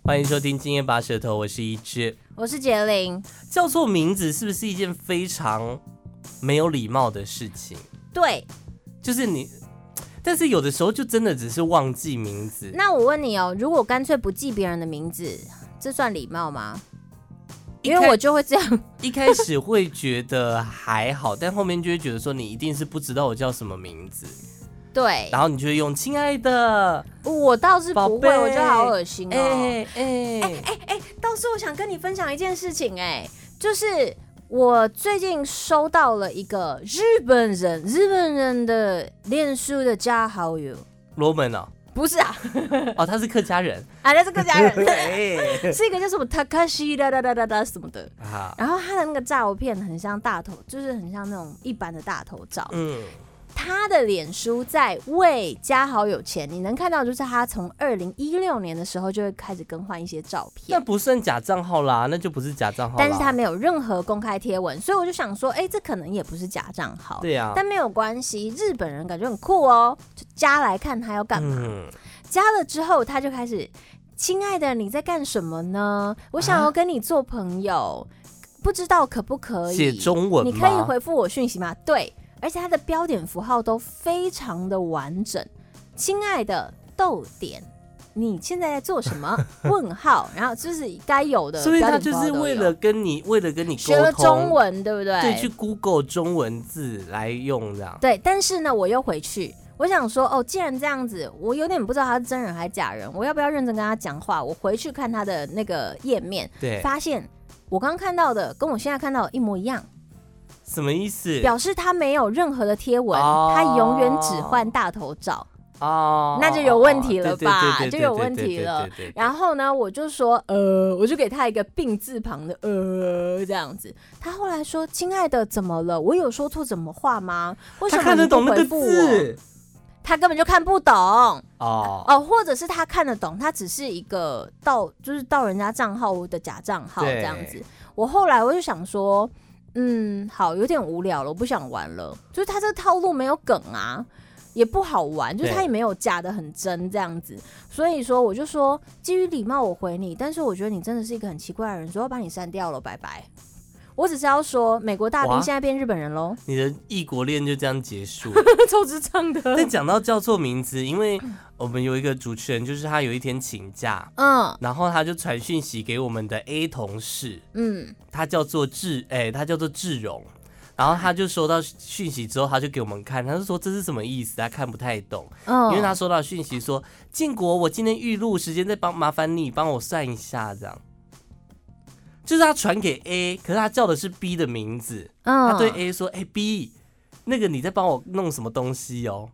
欢迎收听今夜拔舌头，我是一只， 我是杰玲。 叫错名字是不是一件非常没有礼貌的事情？ 对， 就是你，但是有的时候就真的只是忘记名字。 那我问你哦，如果干脆不记别人的名字，这算礼貌吗？因为我就会这样， 一开始会觉得还好，但后面就会觉得说你一定是不知道我叫什么名字。 对， 然后你就会用亲爱的， 我倒是不会，我觉得好恶心哦。倒是我想跟你分享一件事情，就是我最近收到了一个日本人的脸书的加好友。 罗门啊？ 不是啊， 哦，他是客家人啊，他是客家人，是一个叫什么 Takashi 哒什么的。然后他的那个照片很像大头，就是很像那种一般的大头照。他的脸书在未加好友前，你能看到就是他从2016年的时候就会开始更换一些照片， 那不算假账号啦，那就不是假账号啦。 但是他没有任何公开贴文，所以我就想说，这可能也不是假账号。 对啊， 但没有关系，日本人感觉很酷哦，就加来看他要干嘛。加了之后，他就开始，亲爱的，你在干什么呢？我想要跟你做朋友，不知道可不可以？ 写中文吗？ 你可以回复我讯息吗？对。而且它的标点符号都非常的完整，亲爱的逗点，你现在在做什么？问号，然后就是该有的， 所以他就是为了跟你沟通， 学了中文，对不对？ 对，去 Google 中文字来用这样。 对，但是呢，我又回去，我想说，既然这样子，我有点不知道他是真人还是假人，我要不要认真跟他讲话？我回去看他的那个页面， 对， 发现我刚看到的跟我现在看到的一模一样。 什么意思？ 表示他没有任何的贴文，他永远只换大头照。那就有问题了吧？就有问题了。然后呢，我就说，我就给他一个病字旁的这样子。他后来说：“亲爱的，怎么了？我有说错什么话吗？为什么你不回复我？”他根本就看不懂或者是他看得懂，他只是一个就是盗人家账号的假账号这样子。我后来我就想说。好，有点无聊了，我不想玩了。就是他这个套路没有梗啊，也不好玩，就是他也没有假的很真这样子。所以说，我就说基于礼貌我回你，但是我觉得你真的是一个很奇怪的人，所以我把你删掉了，拜拜。我只是要说，美国大兵现在变日本人喽。 你的异国恋就这样结束， 超智障的。 但讲到叫错名字，因为我们有一个主持人，就是他有一天请假，然后他就传讯息给我们的 A 同事，他叫做志荣，然后他就收到讯息之后，他就给我们看，他就说这是什么意思，他看不太懂，因为他收到讯息说，建国，我今天预录时间再麻烦你帮我算一下，这样。就是他传给 A， 可是他叫的是 B 的名字，他对 A 说：“B， 那个你在帮我弄什么东西哦？”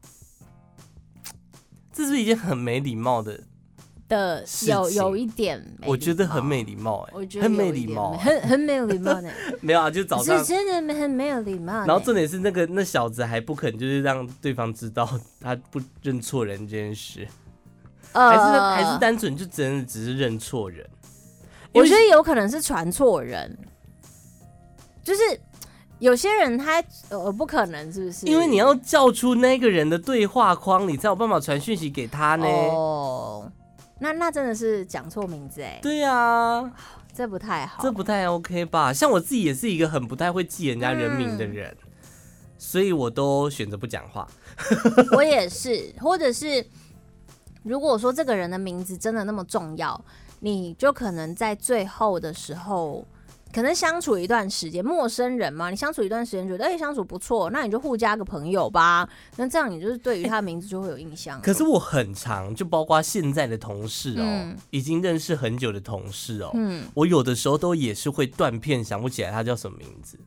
这是不是一件很没礼貌的事情？ 有一点没礼貌， 我觉得很没礼貌我觉得很没礼貌， 很没有礼貌的。 没有啊，就早上是真的很没有礼貌。 然后重点是那小子还不肯，就是让对方知道他不认错人这件事，还是单纯就真的只是认错人。 我觉得有可能是传错人，就是有些人他不可能，是不是？ 因为你要叫出那个人的对话框，你才有办法传讯息给他呢。 那真的是讲错名字对啊， 这不太好， 这不太 OK 吧？像我自己也是一个很不太会记人家人名的人，所以我都选择不讲话。 我也是，或者是如果说这个人的名字真的那么重要。你就可能在最后的时候，可能相处一段时间，陌生人嘛，你相处一段时间觉得相处不错，那你就互加个朋友吧。那这样你就是对于他的名字就会有印象。 可是我很常，就包括现在的同事已经认识很久的同事我有的时候都也是会断片，想不起来他叫什么名字，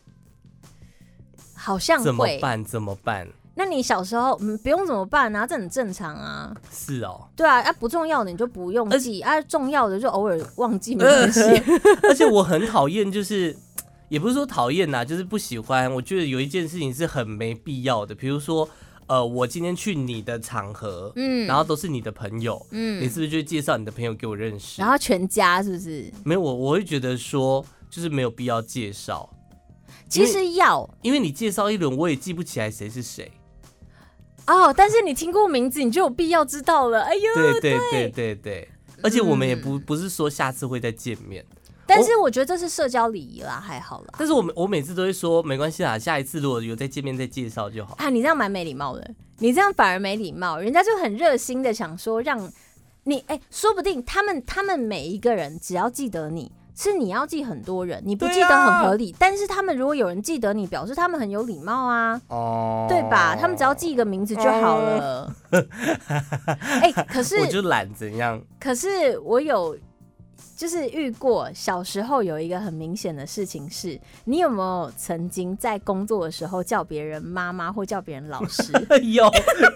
好像会怎么办？ 那你小时候不用怎么办啊？这很正常啊。 是哦。 对啊，不重要的你就不用记重要的就偶尔忘记没关系。 而且我很讨厌，就是也不是说讨厌啦，就是不喜欢。我觉得有一件事情是很没必要的，比如说我今天去你的场合，然后都是你的朋友，你是不是就介绍你的朋友给我认识？ 然后全家是不是？ 没有，我会觉得说就是没有必要介绍。 其实要， 因为你介绍一轮，我也记不起来谁是谁。 但是你听过名字，你就有必要知道了。哎呦， 对。 而且我们也不是说下次会再见面。 但是我觉得这是社交礼仪啦，还好啦。 但是我每次都会说没关系啦，下一次如果有再见面再介绍就好。 你这样蛮没礼貌的，你这样反而没礼貌，人家就很热心的想说让你，说不定他们每一个人只要记得你，是你要记很多人，你不记得很合理。但是他们如果有人记得你，表示他们很有礼貌啊，对吧？他们只要记一个名字就好了。可是我就懒怎样？ 可是我有。就是遇过小时候有一个很明显的事情是，你有没有曾经在工作的时候叫别人妈妈或叫别人老师？ 有，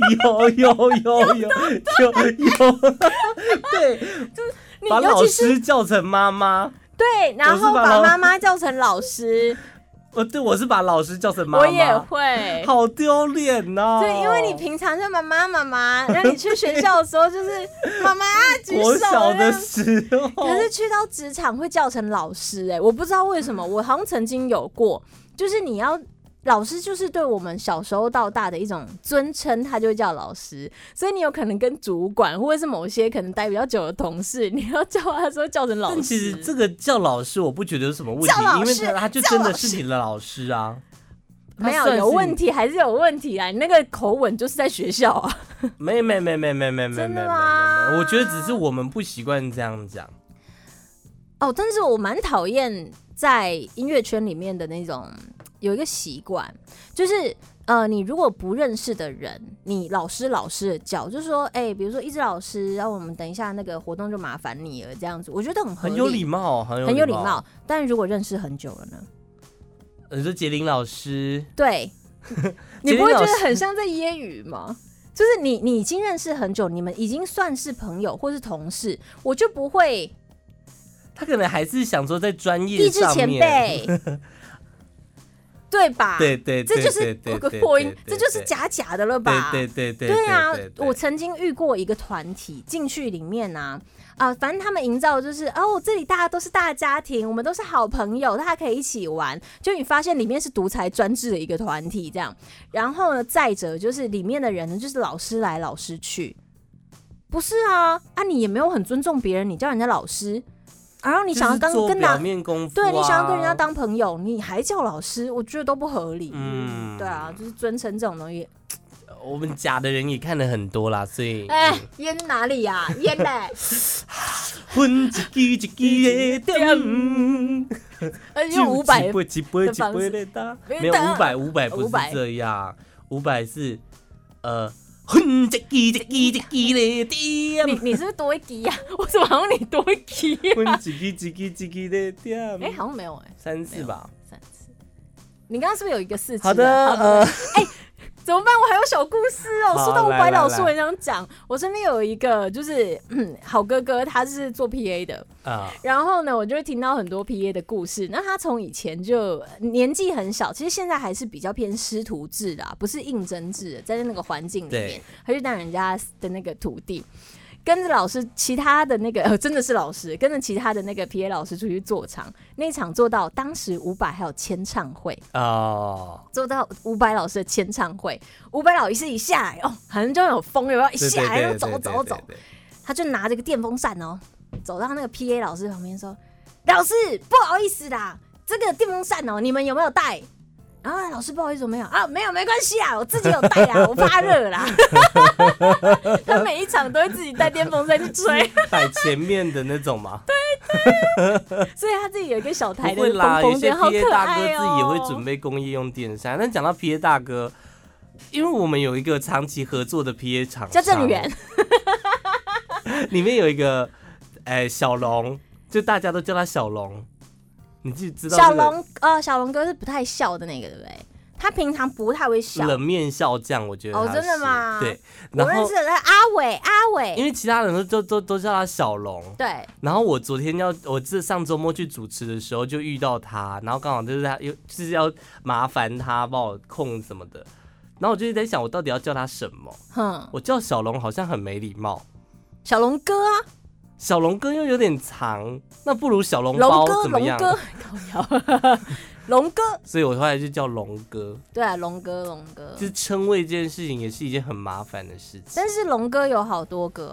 对， 就是你把老师叫成妈妈， 对，然后把妈妈叫成老师。 对，我是把老师叫成妈妈， 我也会， 好丢脸哦。 对，因为你平常就妈妈，然后你去学校的时候就是妈妈举手。 我小的时候， 可是去到职场会叫成老师，我不知道为什么，我好像曾经有过，就是你要。老师就是对我们小时候到大的一种尊称，他就会叫老师，所以你有可能跟主管或者是某些可能待比较久的同事，你要叫他说叫成老师。 但其实这个叫老师，我不觉得有什么问题，因为他就真的是你的老师啊。 没有问题，还是有问题啊！你那个口吻就是在学校啊。 没，真的吗？我觉得只是我们不习惯这样讲。 但是我蛮讨厌在音乐圈里面的那种。有一个习惯，就是你如果不认识的人，你老师的叫，就是说，比如说一只老师，然后我们等一下那个活动就麻烦你了，这样子，我觉得很合理， 很有礼貌， 很有礼貌。但如果认识很久了呢？ 你说杰林老师， 对，你不会觉得很像在揶揄吗？就是你已经认识很久，你们已经算是朋友或是同事，我就不会。 他可能还是想说在专业上面， 地质前辈。对吧？ 对， 这就是有个破音，这就是假的了吧？对啊！我曾经遇过一个团体进去里面啊，反正他们营造的就是这里大家都是大家庭，我们都是好朋友，大家可以一起玩。就你发现里面是独裁专制的一个团体这样。然后呢，再者就是里面的人呢，就是老师来老师去，不是啊？你也没有很尊重别人，你叫人家老师。然后你想要跟表面功夫， 对，你想要跟人家当朋友，你还叫老师，我觉得都不合理。对啊，就是尊称这种东西。 我们假的人也看了很多啦，所以烟哪里呀？烟嘞， 分一支一支的点， 用500 的方式，没有500不是这样，500是哼，这鸡的点， 你是不是多一鸡啊？我怎么好像你多一鸡啊？ 哼，一鸡的点， 好像没有 3次吧 ，3次。你刚刚是不是有一个4次？ 好的， 怎么办？我还有小故事哦。说到500老师，我很想讲，我身边有一个就是好哥哥，他是做 PA 的然后呢，我就会听到很多 PA 的故事。那他从以前就年纪很小，其实现在还是比较偏师徒制的，不是应征制的，在那个环境里面，他就当人家的那个徒弟。跟着老师，其他的那个真的是老师，跟着其他的那个 PA 老师出去做场，那一场做到当时500还有签唱会做到500老师的签唱会，500老师一下来好像就有风，有没有？一下来走，他就拿着个电风扇走到那个 PA 老师旁边说：“老师，不好意思啦，这个电风扇你们有没有带？”然后老师不好意思，没有没有，没关系啊，我自己有带啊，我怕热啦。他每一场都会自己带电风扇去吹， 摆前面的那种嘛。 对，所以他自己有一个小台的风风扇，好可爱哦。有些 PA 大哥自己也会准备工业用电扇。但讲到 PA 大哥，因为我们有一个长期合作的 PA 厂商， 叫郑源， 里面有一个小龙，就大家都叫他小龙。你自己知道小龙哥是不太笑的那个，对不对？他平常不太会笑， 冷面笑匠，我觉得真的吗？ 对， 我认识的阿伟， 因为其他人都叫他小龙。 对， 然后我上周末去主持的时候就遇到他，然后刚好就是要麻烦他帮我控什么的，然后我就在想，我到底要叫他什么？我叫小龙好像很没礼貌， 小龙哥啊。 小龙哥又有点长，那不如小笼包怎么样？ 龙哥， 所以我后来就叫龙哥。 对啊，龙哥，就是称谓这件事情也是一件很麻烦的事情。 但是龙哥有好多个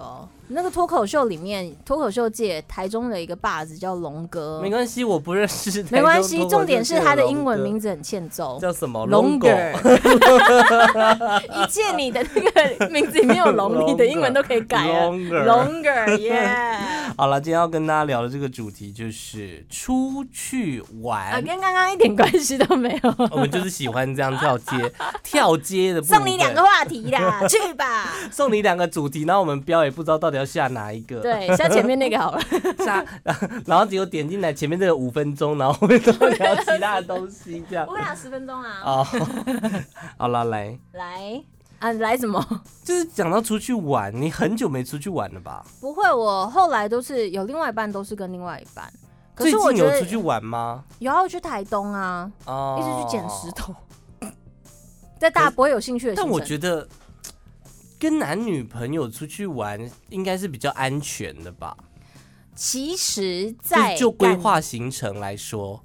那个脱口秀里面，脱口秀界台中的一个霸子叫龙哥。 没关系，我不认识。 没关系，重点是他的英文名字很欠揍， 叫什么？ 龙哥。一切你的那个名字里面有龙，你的英文都可以改了。龙哥，耶！ 好了，今天要跟大家聊的这个主题就是出去玩， 跟刚刚一点关系都没有。 我们就是喜欢这样跳接的部分。 送你2个话题啦，去吧。 送你2个主题，然后我们标也不知道到底要下哪一个。 对，下前面那个好了。 然后结果点进来前面这个5分钟，然后后面都聊其他的东西，这样。 我俩10分钟啊。 哦，好了，来啊，来什么？ 就是讲到出去玩，你很久没出去玩了吧？ 不会，我后来都是有另外一半，都是跟另外一半。可是我最近有出去玩吗？ 有啊，我去台东啊，一直去捡石头，在大家不会有兴趣的行程。 但我觉得跟男女朋友出去玩应该是比较安全的吧？ 其实在就规划行程来说，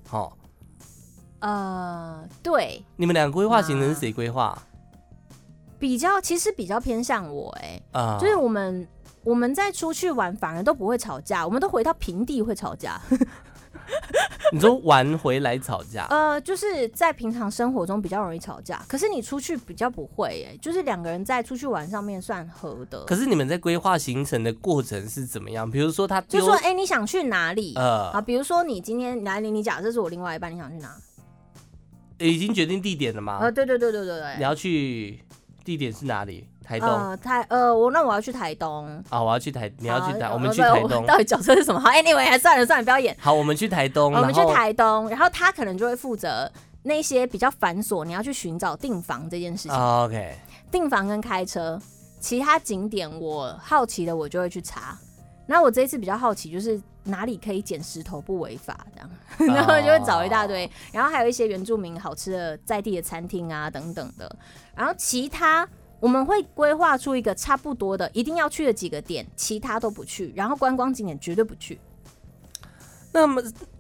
对， 你们2个规划行程是谁规划？ 其实比较偏向我就是我们在出去玩反而都不会吵架，我们都回到平地会吵架。 你说玩回来吵架？ 就是在平常生活中比较容易吵架，可是你出去比较不会就是2个人在出去玩上面算合的。 可是你们在规划行程的过程是怎么样？比如说就说你想去哪里？比如说你今天来你假设是我另外一半，你想去哪？ 已经决定地点了吗？ 对。 你要去地点是哪里？台东。 那我要去台东。 我要去你要去台，我们去台东。 到底角色是什么？好 ，anyway， 算了，不要演。 好，我们去台东。 我们去台东，然后他可能就会负责那些比较繁琐，你要去寻找订房这件事情。 OK。订房跟开车，其他景点我好奇的我就会去查。那我这一次比较好奇，就是哪里可以捡石头不违法这样，然后就会找一大堆，然后还有一些原住民好吃的在地的餐厅啊等等的，然后其他我们会规划出一个差不多的一定要去的几个点，其他都不去，然后观光景点绝对不去。 那么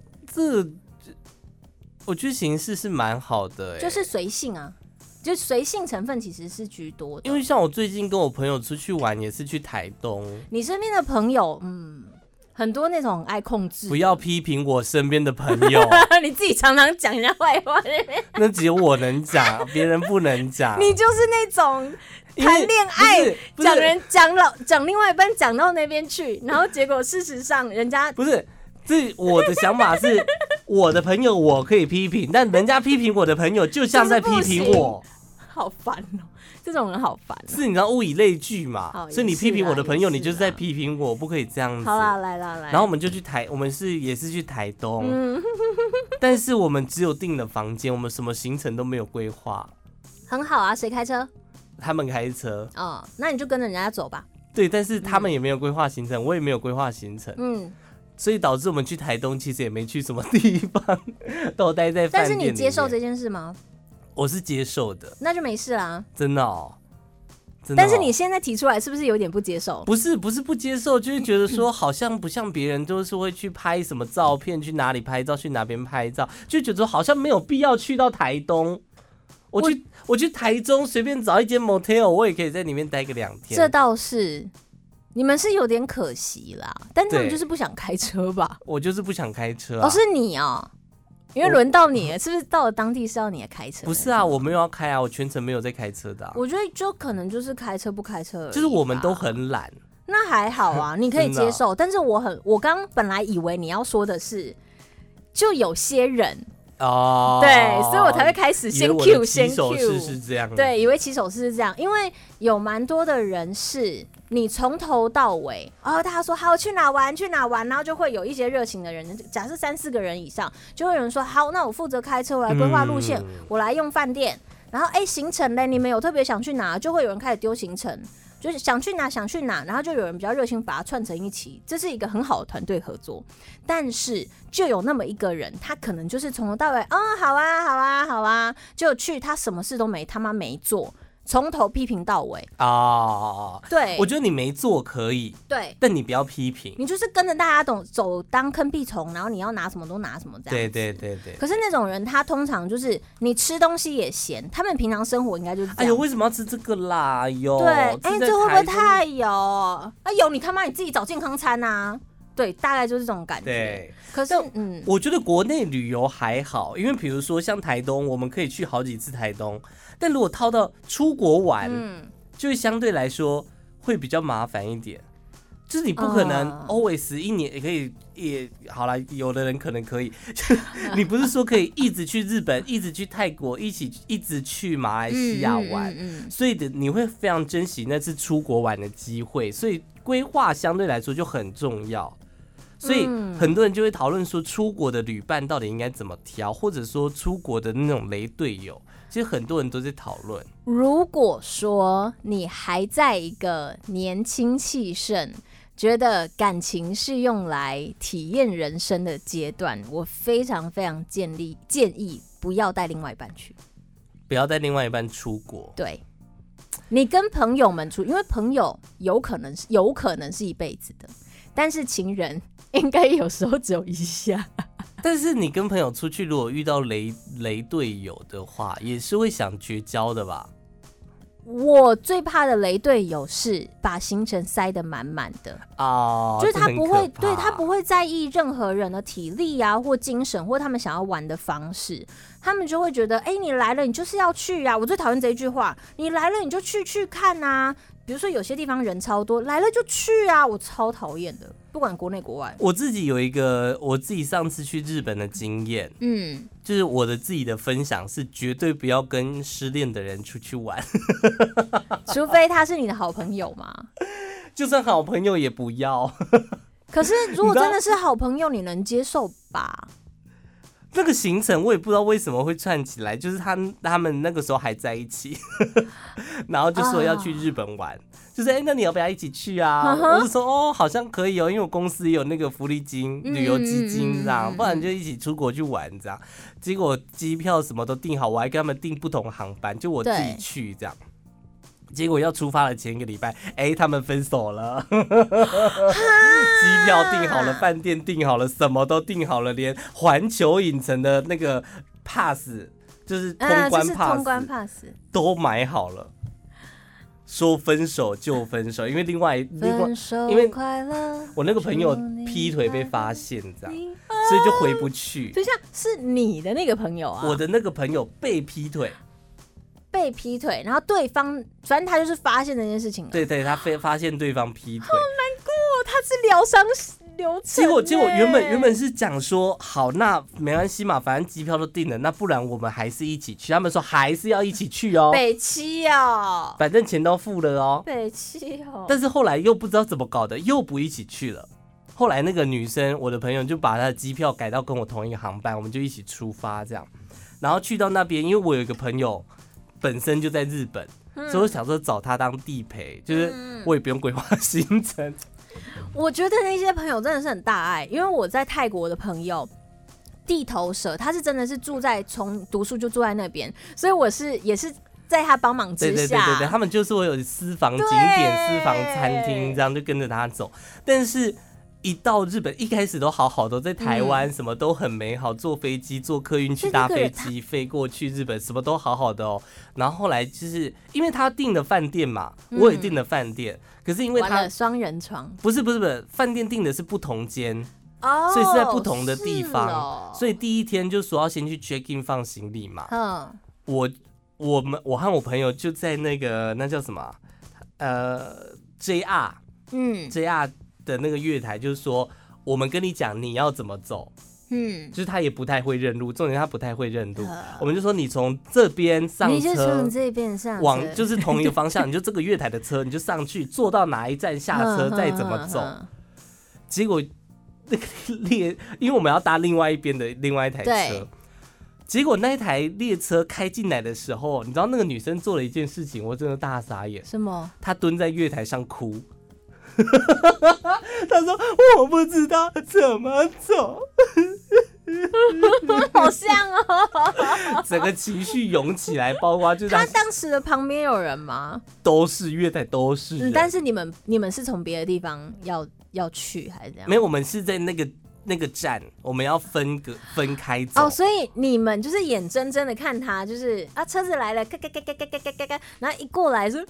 我觉得形式是蛮好的就是随性啊。就随性成分其实是居多的， 因为像我最近跟我朋友出去玩也是去台东。 你身边的朋友，很多那种很爱控制。 不要批评我身边的朋友， 你自己常常讲人家坏话。 那只有我能讲，别人不能讲。 你就是那种谈恋爱讲另外一半讲到那边去，然后结果事实上人家不是。这我的想法是，我的朋友我可以批评，但人家批评我的朋友就像在批评我。 好烦这种人好烦是你知道物以类聚嘛，所以你批评我的朋友，你就是在批评我，不可以这样子。 好啦，来。 然后我们就去我们也是去台东，但是我们只有订了房间，我们什么行程都没有规划。 很好啊，谁开车？ 他们开车。 那你就跟着人家走吧。 对，但是他们也没有规划行程，我也没有规划行程。所以导致我们去台东其实也没去什么地方，都待在饭店里面。 但是你接受这件事吗？ 我是接受的。 那就没事啦。 真的哦。 但是你现在提出来是不是有点不接受？ 不是不接受，就是觉得说好像不像别人都是会去拍什么照片，去哪里拍照，去哪边拍照，就觉得好像没有必要去到台东。我去台中随便找一间 motel， 我也可以在里面待个2天。 这倒是。你们是有点可惜啦，但他们就是不想开车吧？ 我就是不想开车是你哦，因为轮到你了，是不是到了当地是要你来开车？ 不是啊，我没有要开啊，我全程没有在开车的我觉得就可能就是开车不开车而已， 就是我们都很懒。 那还好啊，你可以接受。但是我刚本来以为你要说的是，就有些人。对，所以我才会开始先 Q 起手式是这样。 对，以为起手式是这样，因为有蛮多的人是你从头到尾，大家说好去哪玩，然后就会有一些热情的人，假设3-4个人以上，就会有人说好，那我负责开车，我来规划路线，我来用饭店，然后行程嘞，你们有特别想去哪，就会有人开始丢行程。就是想去哪，然后就有人比较热心把它串成一起，这是一个很好的团队合作。但是就有那么一个人，他可能就是从头到尾，好啊，就去他什么事都他妈没做， 从头批评到尾对， 我觉得你没做可以， 对， 但你不要批评， 你就是跟着大家走当坑屁虫，然后你要拿什么都拿什么这样子。 对。 可是那种人，他通常就是你吃东西也咸，他们平常生活应该就是这样。 哎呦，为什么要吃这个啦？ 对，这会不会太油？油你他妈你自己找健康餐啊！对，大概就是这种感觉。 对， 可是我觉得国内旅游还好，因为比如说像台东，我们可以去好几次台东，但如果套到出国玩，就会相对来说会比较麻烦一点。就是你不可能 always 一年也可以，也好啦，有的人可能可以，你不是说可以一直去日本，一直去泰国，一直去马来西亚玩，所以你会非常珍惜那次出国玩的机会，所以规划相对来说就很重要。所以很多人就会讨论说，出国的旅伴到底应该怎么挑，或者说出国的那种雷队友，其实很多人都在讨论。 如果说你还在一个年轻气盛，觉得感情是用来体验人生的阶段，我非常非常建议不要带另外一半去， 不要带另外一半出国。 对，你跟朋友们出，因为朋友有可能是一辈子的，但是情人应该有时候只有一下。 但是你跟朋友出去，如果遇到雷队友的话，也是会想绝交的吧？ 我最怕的雷队友是把行程塞得满满的就是他不会，对，他不会在意任何人的体力啊，或精神，或他们想要玩的方式，他们就会觉得，你来了，你就是要去啊！我最讨厌这一句话，你来了你就去看啊。比如说有些地方人超多，来了就去啊，我超讨厌的，不管国内国外。 我自己有一个我自己上次去日本的经验，就是我的自己的分享是绝对不要跟失恋的人出去玩， 除非他是你的好朋友嘛。 就算好朋友也不要。 可是如果真的是好朋友，你能接受吧？ 那个行程我也不知道为什么会串起来，就是他们那个时候还在一起，然后就说要去日本玩，就是那你要不要一起去啊？我就说好像可以哦，因为我公司有那个福利金、旅游基金这样，不然就一起出国去玩这样。结果机票什么都订好，我还跟他们订不同航班，就我自己去这样。结果要出发的前一个礼拜，他们分手了。机票订好了，饭店订好了，什么都订好了，连环球影城的那个 pass， 就是通关 pass 都买好了。说分手就分手，因为因为我那个朋友劈腿被发现，这样，所以就回不去。 等一下，是你的那个朋友啊？ 我的那个朋友被劈腿。 然后对方反正他就是发现这件事情了。 对，他发现对方劈腿， 好难过，他是疗伤流程。 结果原本是讲说好，那没关系嘛，反正机票都订了，那不然我们还是一起去。他们说还是要一起去哦， 北七哦， 反正钱都付了哦， 北七哦。 但是后来又不知道怎么搞的，又不一起去了。后来那个女生，我的朋友就把她的机票改到跟我同一个航班，我们就一起出发这样。然后去到那边，因为我有一个朋友本身就在日本，所以我想说找他当地陪，就是我也不用规划行程。 我觉得那些朋友真的是很大爱，因为我在泰国的朋友地头蛇，他是真的是从读书就住在那边，所以也是在他帮忙之下， 对，他们就是会有私房景点、私房餐厅，这样就跟着他走。但是一到日本，一开始都好好的，在台湾什么都很美好，坐飞机、坐客运去搭飞机飞过去日本，什么都好好的哦。然后后来就是因为他订了饭店嘛，我也订了饭店，可是因为他双人床， 不是，饭店订的是不同间。所以是在不同的地方，所以第一天就说要先去 check in 放行李嘛。我和我朋友就在那叫什么JR JR 的那个月台，就是说我们跟你讲你要怎么走，就是他也不太会认路，重点他不太会认路，我们就说你从这边上车， 你就从这边上车， 往就是同一个方向，你就这个月台的车你就上去，坐到哪一站下车再怎么走。结果那个因为我们要搭另外一边的另外一台车，结果那一台列车开进来的时候，你知道那个女生做了一件事情，我真的大傻眼。 什么？ 她蹲在月台上哭。她说我不知道怎么走。 好像哦， 整个情绪涌起来，包括就是他当时的旁边有人吗？ 都是月台都是人， 但是你们是从别的地方要去还是怎样？ 没有，我们是在那个站，我们要分开走哦，所以你们就是眼睁睁的看他，就是车子来了，嘎嘎嘎嘎嘎嘎嘎嘎，然后一过来说，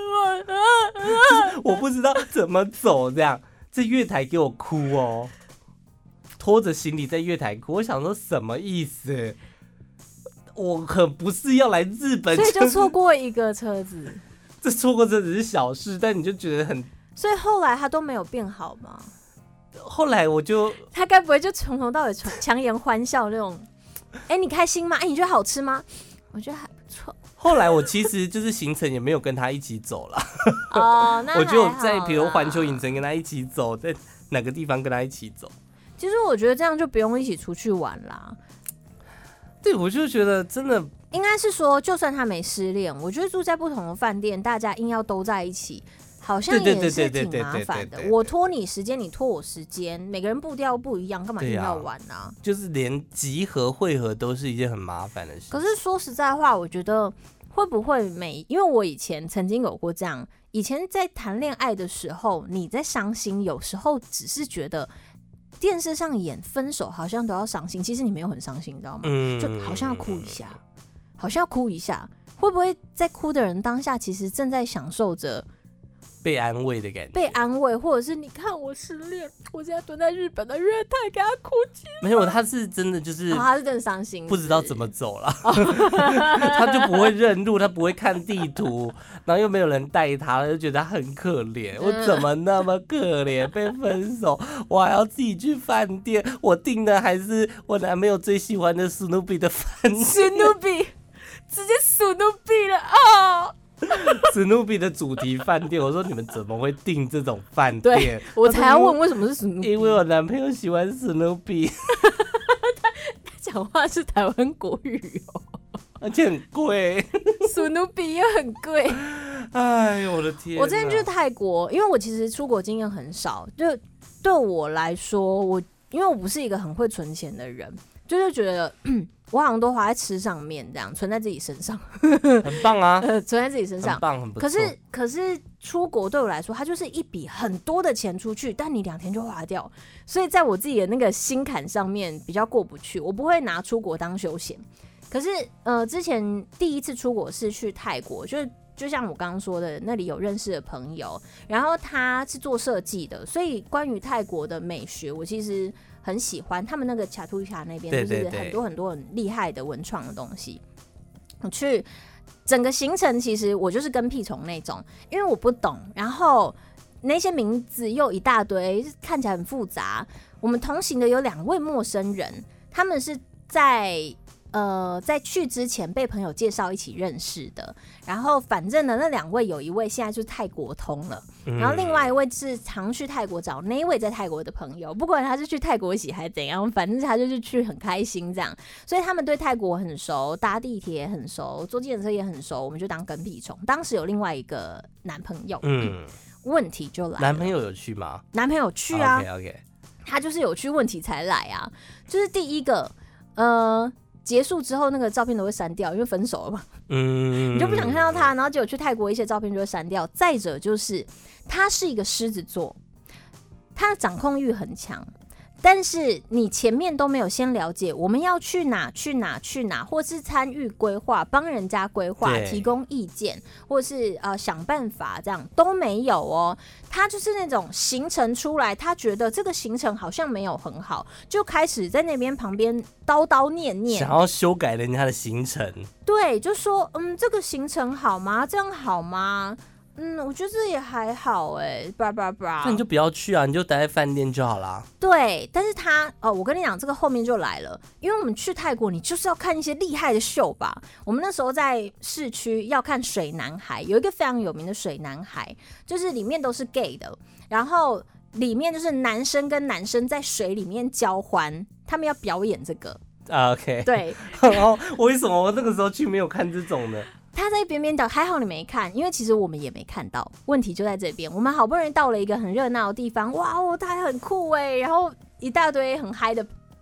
我不知道怎么走，这样在月台给我哭哦。拖着行李在月台哭，我想说什么意思？我可不是要来日本， 所以就错过一个车子。 这错过这只是小事，但你就觉得很…… 所以后来他都没有变好吗？ 后来他该不会就从头到尾强颜欢笑那种？你开心吗？你觉得好吃吗？我觉得还不错。 后来我其实就是行程也没有跟他一起走了。 哦，那我就在比如环球影城跟他一起走，在哪个地方跟他一起走。 其实我觉得这样就不用一起出去玩啦。 对，我就觉得真的应该是说，就算他没失恋，我觉得住在不同的饭店，大家硬要都在一起，好像也是挺麻烦的。我拖你时间，你拖我时间，每个人步调不一样，干嘛硬要玩啊？ 就是连集合会合都是一件很麻烦的事。 可是说实在话，我觉得会不会因为我以前曾经有过这样，以前在谈恋爱的时候，你在伤心，有时候只是觉得。电视上演分手好像都要伤心，其实你没有很伤心，你知道吗？就好像要哭一下，好像要哭一下，会不会在哭的人当下其实正在享受着被安慰的感觉， 被安慰，或者是你看我失恋，我现在蹲在日本的月台给他哭泣。 没有，他是真的就是， 他是真的伤心， 不知道怎么走了，他就不会认路，他不会看地图，然后又没有人带他，就觉得他很可怜。我怎么那么可怜？被分手，我还要自己去饭店，我订的还是我男朋友最喜欢的史努比的饭店， 史努比，直接史努比了啊！ 史努比的主题饭店，我说你们怎么会订这种饭店？ 对，我才要问为什么是史努比， 因为我男朋友喜欢史努比。 他讲话是台湾国语哦， 而且很贵， 史努比也很贵。 哎呦我的天！ 我之前去泰国，因为我其实出国经验很少，就对我来说，因为我不是一个很会存钱的人，就是觉得我好像都花在吃上面，这样存在自己身上， 很棒啊， 存在自己身上， 很棒，很不错。 可是出国对我来说，它就是一笔很多的钱出去，但你2天就花掉，所以在我自己的那个心坎上面比较过不去，我不会拿出国当休闲。可是之前第一次出国是去泰国，就像我刚刚说的，那里有认识的朋友，然后他是做设计的，所以关于泰国的美学，我其实很喜欢。他们那个卡图卡那边就是很多很多很厉害的文创的东西。我去整个行程，其实我就是跟屁虫那种，因为我不懂，然后那些名字又一大堆，看起来很复杂。我们同行的有2位陌生人，他们是在去之前被朋友介绍一起认识的，然后反正呢，那2位有一位现在就是泰国通了，然后另外一位是常去泰国找那一位在泰国的朋友，不管他是去泰国洗还是怎样，反正他就是去很开心这样，所以他们对泰国很熟，搭地铁很熟，坐计程车也很熟，我们就当跟屁虫。当时有另外一个男朋友，问题就来了， 男朋友有去吗？ 男朋友去啊 ，OK， 他就是有去，问题才来啊，就是第一个，结束之后那个照片都会删掉，因为分手了嘛，你就不想看到他，然后结果去泰国一些照片就会删掉。再者就是他是一个狮子座，他的掌控欲很强，但是你前面都没有先了解我们要去哪，或是参与规划，帮人家规划，提供意见，或是想办法，这样都没有哦。他就是那种行程出来，他觉得这个行程好像没有很好，就开始在那边旁边叨叨念念， 想要修改人家的行程。 对，就说这个行程好吗？这样好吗？我觉得这也还好那你就不要去啊，你就待在饭店就好啦。 对，但是我跟你讲，这个后面就来了，因为我们去泰国，你就是要看一些厉害的秀吧。我们那时候在市区要看水男孩，有一个非常有名的水男孩，就是里面都是 gay 的，然后里面就是男生跟男生在水里面交欢，他们要表演这个。 OK， 对。 然后为什么我那个时候去没有看这种呢？ 他在边边讲，还好你没看，因为其实我们也没看到。问题就在这边，我们好不容易到了一个很热闹的地方，哇哦，他还很酷哎，然后一大堆很嗨的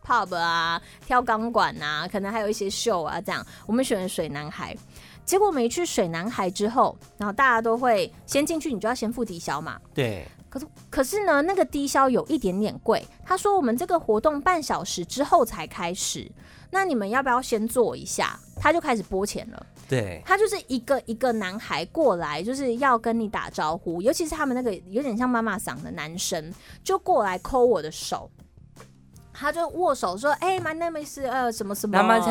pub 啊，跳钢管啊，可能还有一些秀啊，这样我们选了水男孩。结果我们一去水男孩之后，然后大家都会先进去，你就要先付低消嘛。 对。 可是呢，那个低消有一点点贵。他说我们这个活动半小时之后才开始，那你们要不要先坐一下？他就开始拨钱了。 对， 他就是一个一个男孩过来，就是要跟你打招呼，尤其是他们那个有点像妈妈桑的男生，就过来抠我的手。他就握手说：“my name is 什么什么，然后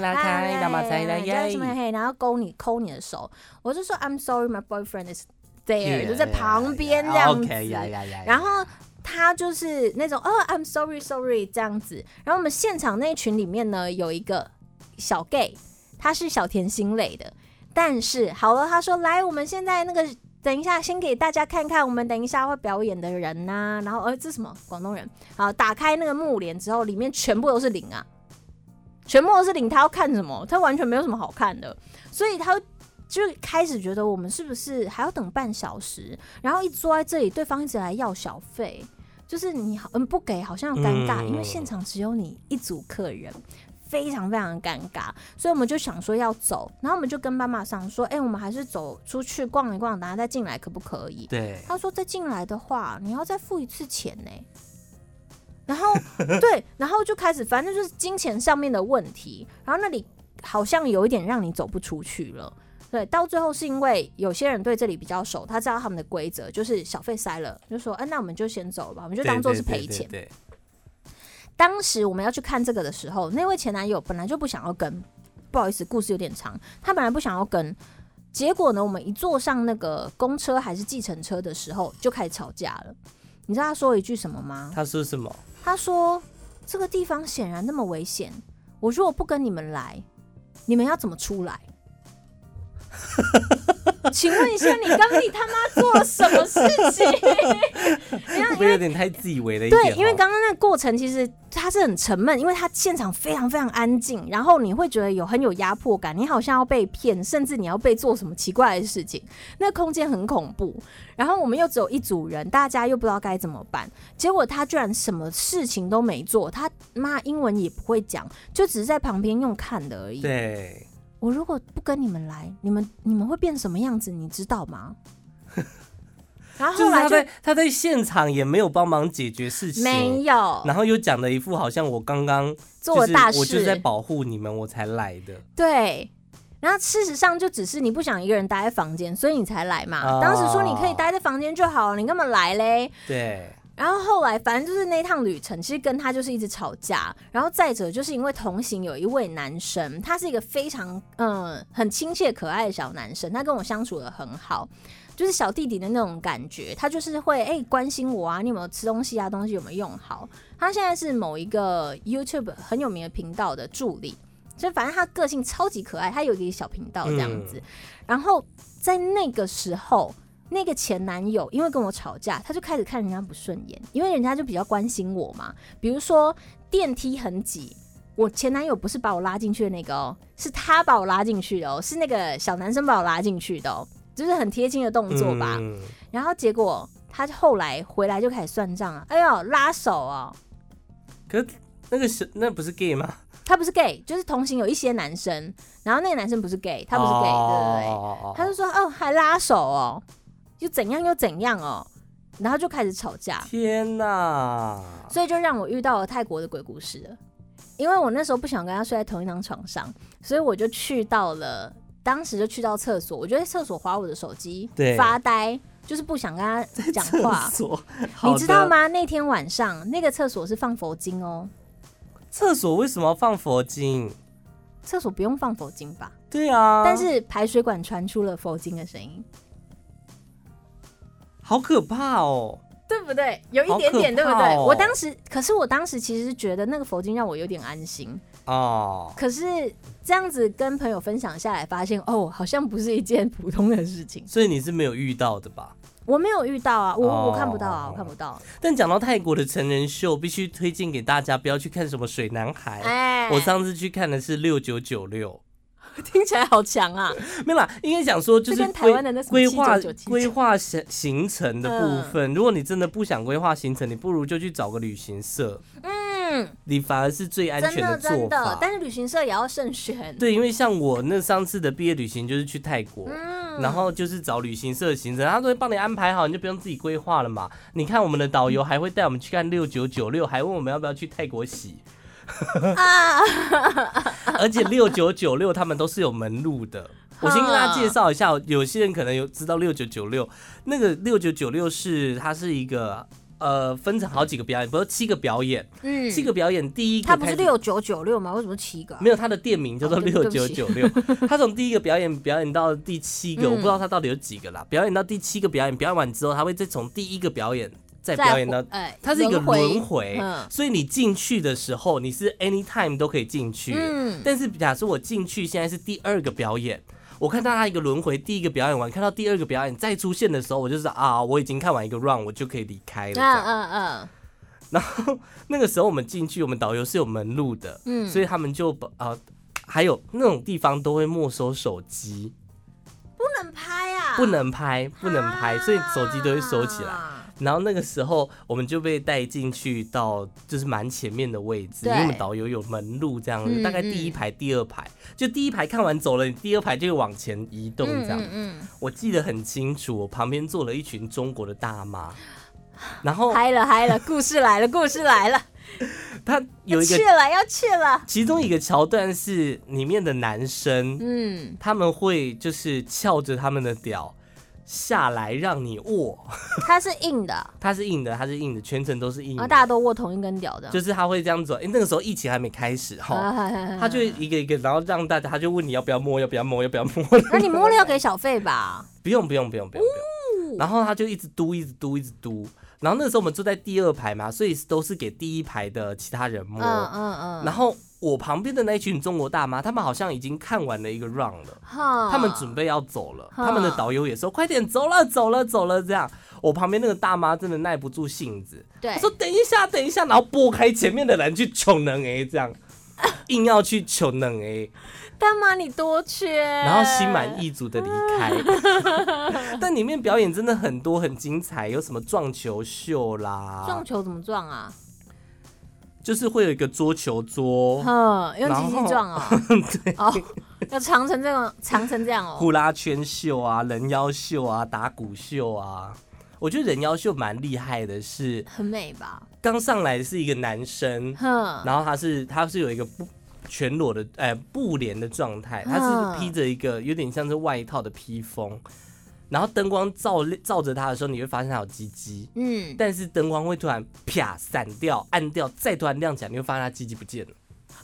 抠你的手。我就说 I'm sorry, my boyfriend is there， 就在旁边这样子。然后他就是那种I'm sorry 这样子。然后我们现场那群里面呢，有一个小 gay， 他是小甜心类的，但是好了，他说来，我们现在那个。”等一下，先给大家看看我们等一下会表演的人呐、然后这是什么？广东人。好，打开那个幕帘之后，里面全部都是零啊，全部都是零。他要看什么？他完全没有什么好看的，所以他就开始觉得我们是不是还要等半小时？然后一坐在这里，对方一直来要小费，就是你不给，好像尴尬，因为现场只有你一组客人。非常非常尴尬，所以我们就想说要走，然后我们就跟妈妈桑说：“我们还是走出去逛一逛，等下再进来可不可以？” 对， 他说：“再进来的话，你要再付一次钱呢。”然后对，然后就开始，反正就是金钱上面的问题，然后那里好像有一点让你走不出去了。对，到最后是因为有些人对这里比较熟，他知道他们的规则，就是小费塞了，就说：“那我们就先走吧，我们就当做是赔钱。”对。当时我们要去看这个的时候，那位前男友本来就不想要跟，不好意思，故事有点长，他本来不想要跟，结果呢，我们一坐上那个公车还是计程车的时候，就开始吵架了。你知道他说了一句什么吗？ 他说什么？ 他说：“这个地方显然那么危险，我如果不跟你们来，你们要怎么出来？”请问一下，你他妈做了什么事情？ 会不会有点太自以为了一点？ 对，因为刚刚那个过程其实它是很沉闷，因为它现场非常非常安静，然后你会觉得很有压迫感，你好像要被骗，甚至你要被做什么奇怪的事情，那个空间很恐怖。然后我们又只有一组人，大家又不知道该怎么办，结果他居然什么事情都没做，他妈英文也不会讲，就只是在旁边用看的而已。 对。 我如果不跟你们来，你们会变什么样子？你知道吗？然后后来就是他在现场也没有帮忙解决事情， 没有， 然后又讲了一副好像我刚刚做了大事， 我就在保护你们，我才来的。 对，然后事实上就只是你不想一个人待在房间，所以你才来嘛。当时说你可以待在房间就好了，你干嘛来嘞？ 对。 然后后来反正就是那趟旅程其实跟他就是一直吵架，然后再者就是因为同行有一位男生，他是一个非常很亲切可爱的小男生，他跟我相处得很好，就是小弟弟的那种感觉，他就是会关心我啊，你有没有吃东西啊，东西有没有用好。他现在是某一个 YouTube 很有名的频道的助理，所以反正他个性超级可爱，他有一个小频道这样子。然后在那个时候，那个前男友因为跟我吵架，他就开始看人家不顺眼，因为人家就比较关心我嘛。比如说电梯很挤，我前男友不是把我拉进去的那个哦，是他把我拉进去的哦，是那个小男生把我拉进去的哦，就是很贴心的动作吧。然后结果他后来回来就开始算账啊，哎呦拉手哦。 可是那不是 gay 吗？ 他不是 gay， 就是同行有一些男生，然后那个男生不是 gay， 他不是 gay， 对不对？他就说还拉手哦。又怎样又怎样哦，然后就开始吵架。 天哪！ 所以就让我遇到了泰国的鬼故事了。因为我那时候不想跟他睡在同一张床上，所以我就当时就去到厕所，我就在厕所滑我的手机发呆，就是不想跟他讲话。你知道吗？那天晚上那个厕所是放佛经哦。 厕所为什么要放佛经？ 厕所不用放佛经吧？ 对啊， 但是排水管传出了佛经的声音。 好可怕哦， 对不对？有一点点，对不对？我当时其实是觉得那个佛经让我有点安心哦。可是这样子跟朋友分享下来，发现好像不是一件普通的事情。 所以你是没有遇到的吧？ 我没有遇到啊，我看不到啊，我看不到。 但讲到泰国的成人秀，必须推荐给大家，不要去看什么水男孩。我上次去看的是6996。 听起来好强啊！ 没有啦，应该讲说就是规划行程的部分。如果你真的不想规划行程，你不如就去找个旅行社。 你反而是最安全的做法。真的， 但是旅行社也要慎选。 对，因为像我那上次的毕业旅行就是去泰国，然后就是找旅行社的行程，他都会帮你安排好，你就不用自己规划了嘛。你看我们的导游还会带我们去看6996，还问我们要不要去泰国洗。而且6996他们都是有门路的。我先跟大家介绍一下，有些人可能有知道6996，那个6996它是一个分成好几个表演，不是7个表演，7个表演，第一个它不是6996吗？为什么7个？ 没有，它的店名叫做6996，它从第一个表演到第7个，我不知道它到底有几个啦。表演到第7个表演，表演完之后，它会再从第1个表演再表演到，它是一个轮回，所以你进去的时候，你是 anytime 都可以进去，但是假设我进去现在是第2个表演。我看到他一个轮回，第1个表演完，看到第2个表演再出现的时候，我就知道我已经看完一个 round， 我就可以离开了。然后那个时候我们进去，我们导游是有门路的，所以他们就还有那种地方都会没收手机， 不能拍啊， 不能拍，所以手机都会收起来。然后那个时候我们就被带进去到就是蛮前面的位置，因为我们导游有门路这样子，大概第1排、第2排，就第1排看完走了，你第2排就会往前移动这样。我记得很清楚，我旁边坐了一群中国的大妈，然后嗨了，故事来了。 他有一个要去了。 其中一个桥段是里面的男生，他们会就是翘着他们的屌下来让你握， 它是硬的， 全程都是硬的， 大家都握同一根屌的， 就是他会这样走。那个时候疫情还没开始他就一个一个，然后让大家，他就问你要不要摸。 那你摸了要给小费吧？ 不用。然后他就一直嘟。然后那个时候我们坐在第2排嘛，所以都是给第1排的其他人摸。然后我旁边的那一群中国大妈，他们好像已经看完了一个 round 了，他们准备要走了。他们的导游也说快点走了这样。我旁边那个大妈真的耐不住性子，她说等一下，然后拨开前面的人去穷能这样，硬要去穷能大妈你多缺， 然后心满意足的离开。但里面表演真的很多很精彩，有什么撞球秀啦？ 撞球怎么撞啊？ 就是会有一个桌球桌， 用机器撞啊？对，要长成这样哦。 呼啦圈秀啊，人妖秀啊，打鼓秀啊。我觉得人妖秀蛮厉害的，是很美吧？ 刚上来是一个男生，然后他是有一个全裸的布帘的状态，他是披着一个有点像是外套的披风，然后灯光照着他的时候，你会发现他有鸡鸡，但是灯光会突然啪闪掉、暗掉，再突然亮起来，你会发现他鸡鸡不见了，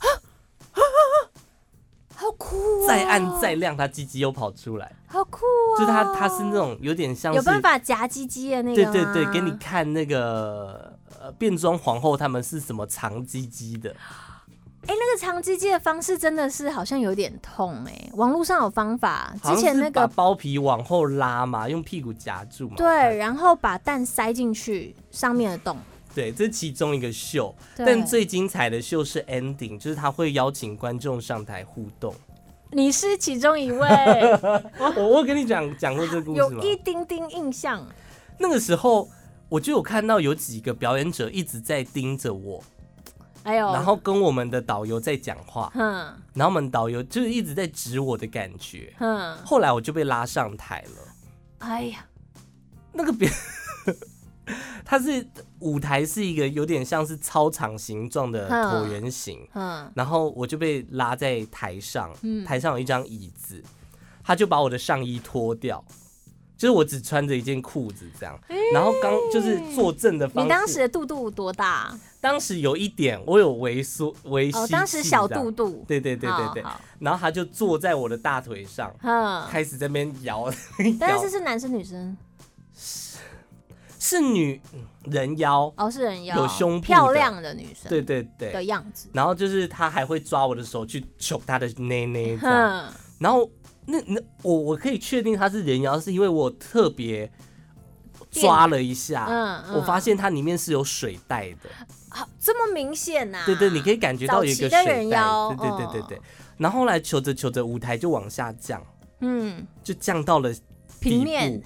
好酷啊！ 再暗再亮，他鸡鸡又跑出来， 好酷啊！ 就是他是那种有点像是有办法夹鸡鸡的那个， 对，给你看那个变装皇后他们是怎么藏鸡鸡的。 那个藏鸡鸡的方式真的是好像有点痛网络上有方法，之前那个把包皮往后拉嘛，用屁股夹住嘛， 对，然后把蛋塞进去上面的洞。 对，这是其中一个秀，但最精彩的秀是 ending， 就是他会邀请观众上台互动。 你是其中一位， 我跟你讲过这个故事吗？ 有一丁丁印象。 那个时候我就有看到有几个表演者一直在盯着我。然后跟我们的导游在讲话，然后我们导游就是一直在指我的感觉，后来我就被拉上台了。那个它是舞台是一个有点像是操场形状的椭圆形，然后我就被拉在台上，台上有一张椅子，他就把我的上衣脱掉。就是我只穿着一件裤子这样，然后刚就是坐正的方式。 你当时的肚肚多大？ 当时有一点，我有微吸气， 当时小肚肚。 对。然后他就坐在我的大腿上，开始在那边摇。 但是是男生女生？ 是女人妖是人妖， 有胸部漂亮的女生， 对的样子。 然后就是他还会抓我的手去揪他的内内，然后。我可以确定他是人妖，是因为我特别抓了一下，我发现它里面是有水袋的， 这么明显呐？ 对，你可以感觉到有一个水袋，对。然后后来求着舞台就往下降，就降到了平面，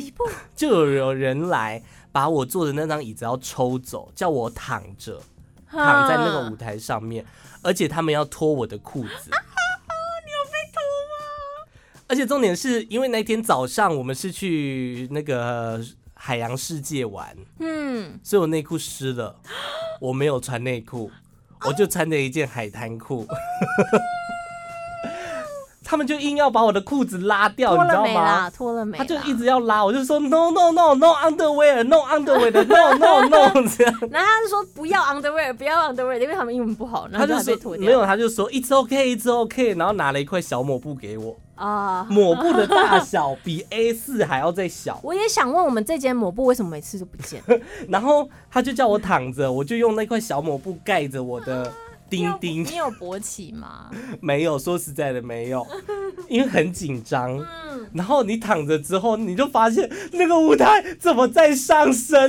就有人来把我坐的那张椅子要抽走，叫我躺着。 躺在那个舞台上面，而且他们要脱我的裤子。 你有被脱吗？ 而且重点是因为那天早上我们是去那个海洋世界玩，所以我内裤湿了，我没有穿内裤，我就穿着一件海滩裤。他们就硬要把我的裤子拉掉，你知道吗？ 脱了没？ 他就一直要拉，我就说 no underwear no underwear 的 no 这样。 然后他就说不要 underwear， 因为他们英文不好，然后就被脱掉。 没有，他就说 it's okay， 然后拿了一块小抹布给我。抹布的大小比 A4 还要再小。 我也想问，我们这件抹布为什么每次都不见？ 然后他就叫我躺着，我就用那块小抹布盖着我的。丁丁， 你有勃起吗？ 没有，说实在的没有，因为很紧张。然后你躺着之后，你就发现那个舞台怎么在上升？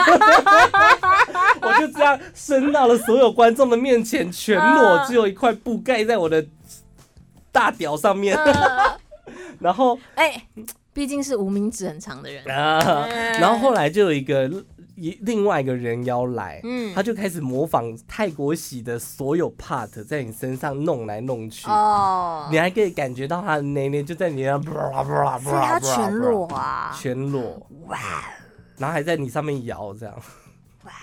我就这样升到了所有观众的面前，全裸，只有一块布盖在我的大屌上面。然后， 毕竟是无名指很长的人然后后来就有另外一个人妖来，他就开始模仿泰国洗的所有 part 在你身上弄来弄去，你还可以感觉到他的内内就在你那， 所以他全裸啊， 全裸，哇，然后还在你上面摇这样，哇，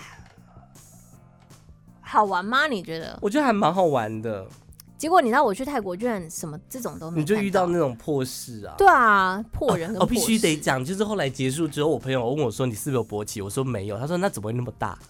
好玩吗？你觉得？ 我觉得还蛮好玩的。 结果你知道我去泰国居然什么这种都没看到， 你就遇到那种破事啊？ 对啊，破人跟破事。 必须得讲，就是后来结束之后，我朋友问我说：“你是不是有勃起？”我说没有。他说：“那怎么会那么大？”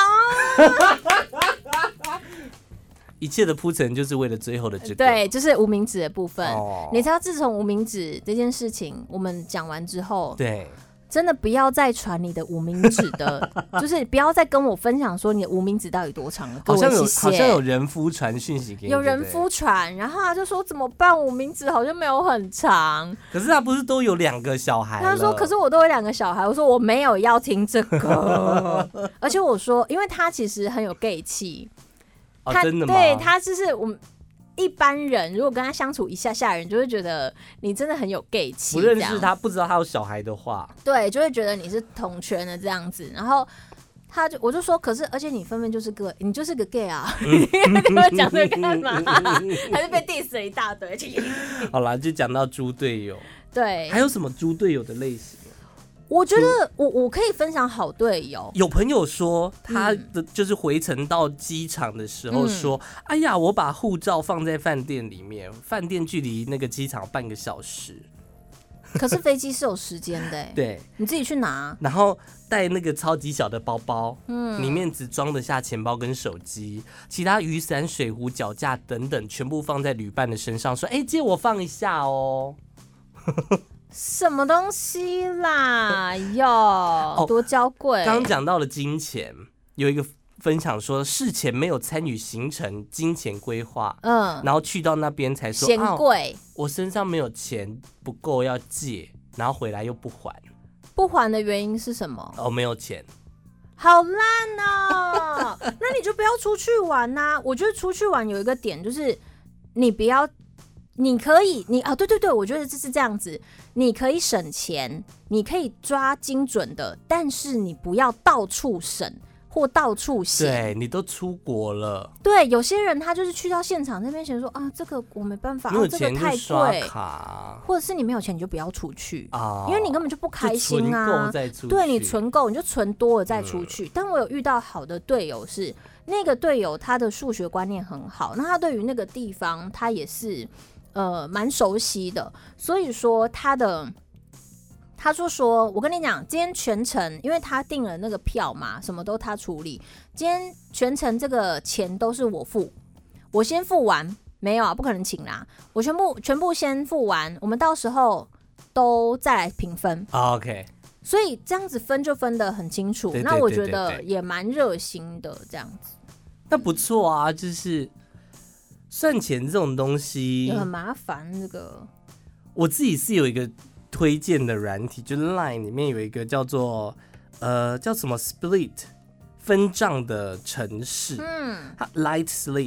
一切的铺陈就是为了最后的这个。 对，就是无名指的部分。你知道，自从无名指这件事情我们讲完之后， 对。 真的不要再传你的无名指的，就是不要再跟我分享说你的无名指到底多长了。 好像有人夫传讯息给你， 有人夫传，然后他就说怎么办？无名指好像没有很长。 可是他不是都有2个小孩了？ 他说可是我都有2个小孩。我说我没有要听这个，而且我说因为他其实很有 gay 气。 真的吗？ 对，他就是我们。一般人如果跟他相处一下下，人就会觉得你真的很有 gay 气。 不认识他，不知道他有小孩的话， 对，就会觉得你是同圈的这样子。然后我就说，可是而且你分明就是你就是个 gay 啊！你跟我讲这个干嘛？还是被 diss 了一大堆。 好啦，就讲到猪队友。 对， 还有什么猪队友的类型？ 我觉得我可以分享好队友。 有朋友说他的就是回程到机场的时候说，哎呀，我把护照放在饭店里面，饭店距离那个机场半个小时。 可是飞机是有时间的， 对， 你自己去拿。 然后带那个超级小的包包，里面只装得下钱包跟手机，其他雨伞、水壶、脚架等等全部放在旅伴的身上，说，借我放一下哦。 什么东西啦？哟，多娇贵！ 刚讲到了金钱，有一个分享说，事前没有参与行程，金钱规划，然后去到那边才说， 嫌贵， 我身上没有钱不够要借，然后回来又不还。 不还的原因是什么？ 没有钱。 好烂哦！那你就不要出去玩啊！我觉得出去玩有一个点就是，你不要。你可以，对，我觉得这是这样子，你可以省钱，你可以抓精准的，但是你不要到处省或到处嫌。 对，你都出国了。 对，有些人他就是去到现场那边嫌说啊，这个我没办法， 没有钱这个太贵，或者是你没有钱你就不要出去因为你根本就不开心啊。 存够再出去。 对，你存够你就存多了再出去。但我有遇到好的队友是，那个队友他的数学观念很好，那他对于那个地方他也是。蛮熟悉的，所以说他就说，我跟你讲，今天全程，因为他订了那个票嘛，什么都他处理，今天全程这个钱都是我付，我先付完，没有啊，不可能请啦，我全部先付完，我们到时候都再来平分。 OK， 所以这样子分就分得很清楚，那我觉得也蛮热心的，这样子。 那不错啊，就是。算钱这种东西也很麻烦。这个我自己是有一个推荐的软体，就是 Line 里面有一个叫做叫什么 Split 分账的程式，它 Light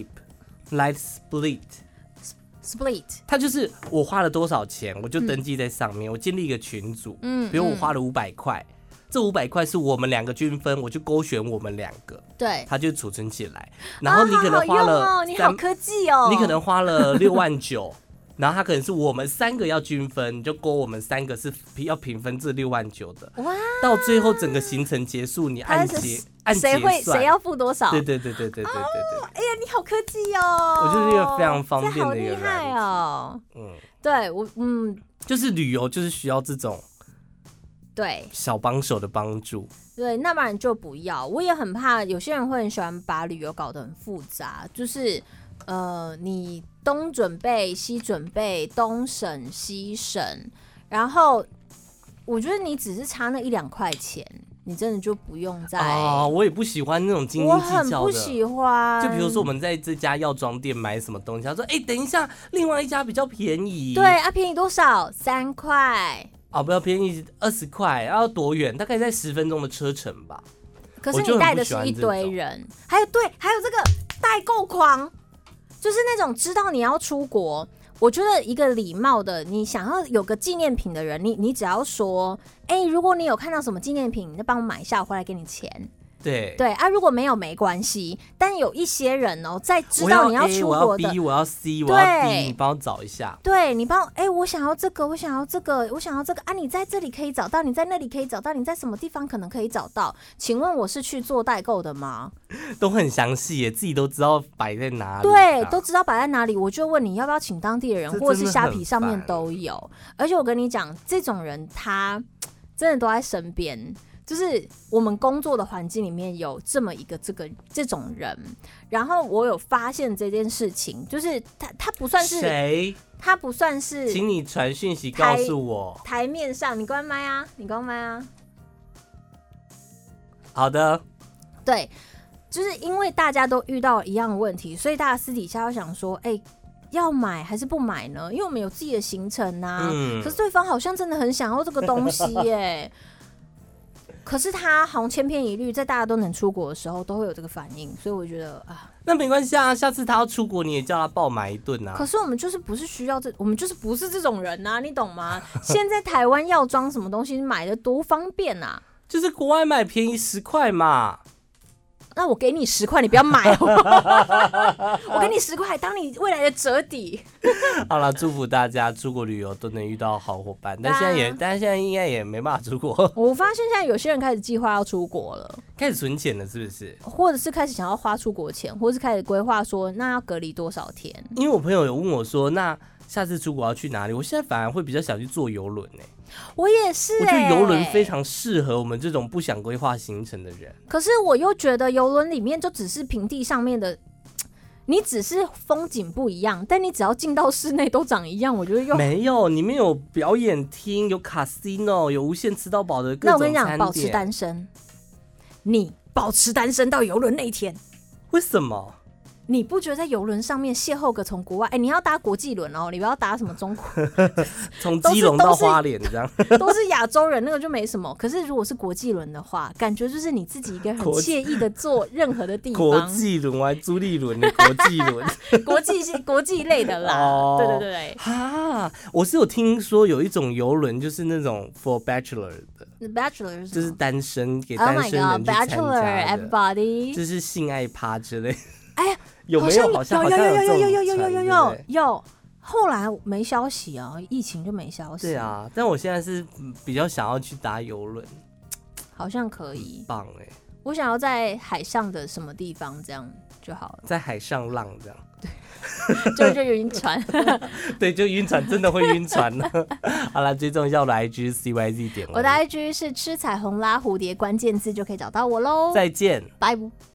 Split， 它就是我花了多少钱，我就登记在上面，我建立一个群组，比如我花了500块。 这500块是我们2个均分，我就勾选我们2个， 对， 它就储存起来。然后你可能花了， 你好科技哦， 你可能花了6万9。然后它可能是我们3个要均分，你就勾我们3个是要平分这6万9的。哇！到最后整个行程结束，你按结算， 谁要付多少？ 对。哎呀，你好科技哦！ 我觉得一个非常方便的一个软体。 好厉害哦！对我就是旅游就是需要这种对小帮手的帮助。 对，那不然就不要。我也很怕有些人会很喜欢把旅游搞得很复杂，就是你东准备西准备，东省西省，然后我觉得你只是差那1-2块钱，你真的就不用再我也不喜欢那种斤斤计较的， 我很不喜欢。 就比如说我们在这家药妆店买什么东西，他说等一下，另外一家比较便宜。 对啊，便宜多少？3块。 不要便宜20块，然后多远？大概在10分钟的车程吧。 可是你带的是一堆人，还有这个代购狂。就是那种知道你要出国，我觉得一个礼貌的，你想要有个纪念品的人，你只要说，如果你有看到什么纪念品，你就帮我买一下，我回来给你钱。对啊，如果没有没关系，但有一些人在知道你要出国的， 我要 B， 我要 C， 我要 D， 你帮我找一下。 对，你帮我，我想要这个，我想要这个，我想要这个啊！你在这里可以找到，你在那里可以找到，你在什么地方可能可以找到？请问我是去做代购的吗？ 都很详细耶，自己都知道摆在哪里。 对，都知道摆在哪里。我就问你要不要请当地的人，或者是虾皮上面都有。而且我跟你讲，这种人他真的都在身边。就是我们工作的环境里面有这么一个这种人，然后我有发现这件事情，就是他不算是谁， 他不算是， 请你传讯息告诉我。 台面上，你关麦啊，你关麦啊。 好的， 对，就是因为大家都遇到一样的问题，所以大家私底下要想说，要买还是不买呢？因为我们有自己的行程啊，可是对方好像真的很想要这个东西耶。可是他好像千篇一律，在大家都能出国的时候都会有这个反应，所以我觉得那没关系啊，下次他要出国你也叫他爆买一顿啊。 可是我们就是不是需要我们就是不是这种人啊，你懂吗？现在台湾药妆什么东西买的多方便啊， 就是国外买便宜10块嘛。 那我给你10块，你不要买我给你10块，当你未来的折抵。 好了，祝福大家出国旅游都能遇到好伙伴。但现在应该也没办法出国。 我发现现在有些人开始计划要出国了， 开始存钱了，是不是？ 或者是开始想要花出国钱，或者是开始规划说那要隔离多少天。 因为我朋友有问我说，那下次出国要去哪里？我现在反而会比较想去坐邮轮我也是我觉得邮轮非常适合我们这种不想规划行程的人。 可是我又觉得邮轮里面就只是平地上面的，你只是风景不一样，但你只要进到室内都长一样，我觉得又没有。里面有表演厅，有 casino， 有无限吃到饱的各种餐点。 那我跟你讲，保持单身，你保持单身到邮轮那一天。 为什么？ 你不觉得在邮轮上面邂逅个从国外，你要搭国际轮哦，你不要搭什么中国， 从基隆到花莲这样， 都是亚洲人，那个就没什么。可是如果是国际轮的话，感觉就是你自己一个很惬意的坐任何的地方。 国际轮，我还朱立伦的国际轮， 国际类的啦。对对对哈，我是有听说有一种邮轮，就是那种 for bachelor 的。 Bachelor 就是单身给单身人去参加的 Bachelor everybody， 就是性爱趴之类。 哎呀， 有没有？好像有。后来没消息啊，疫情就没消息。 对啊，但我现在是比较想要去搭邮轮， 好像可以， 很棒我想要在海上的什么地方这样就好了， 在海上浪这样。 对，就晕船。 对，就晕船，真的会晕船了。好了，追踪一下我的 IG CYZ 点。 我的 IG 是吃彩虹拉蝴蝶，关键字就可以找到我喽。 再见， 拜。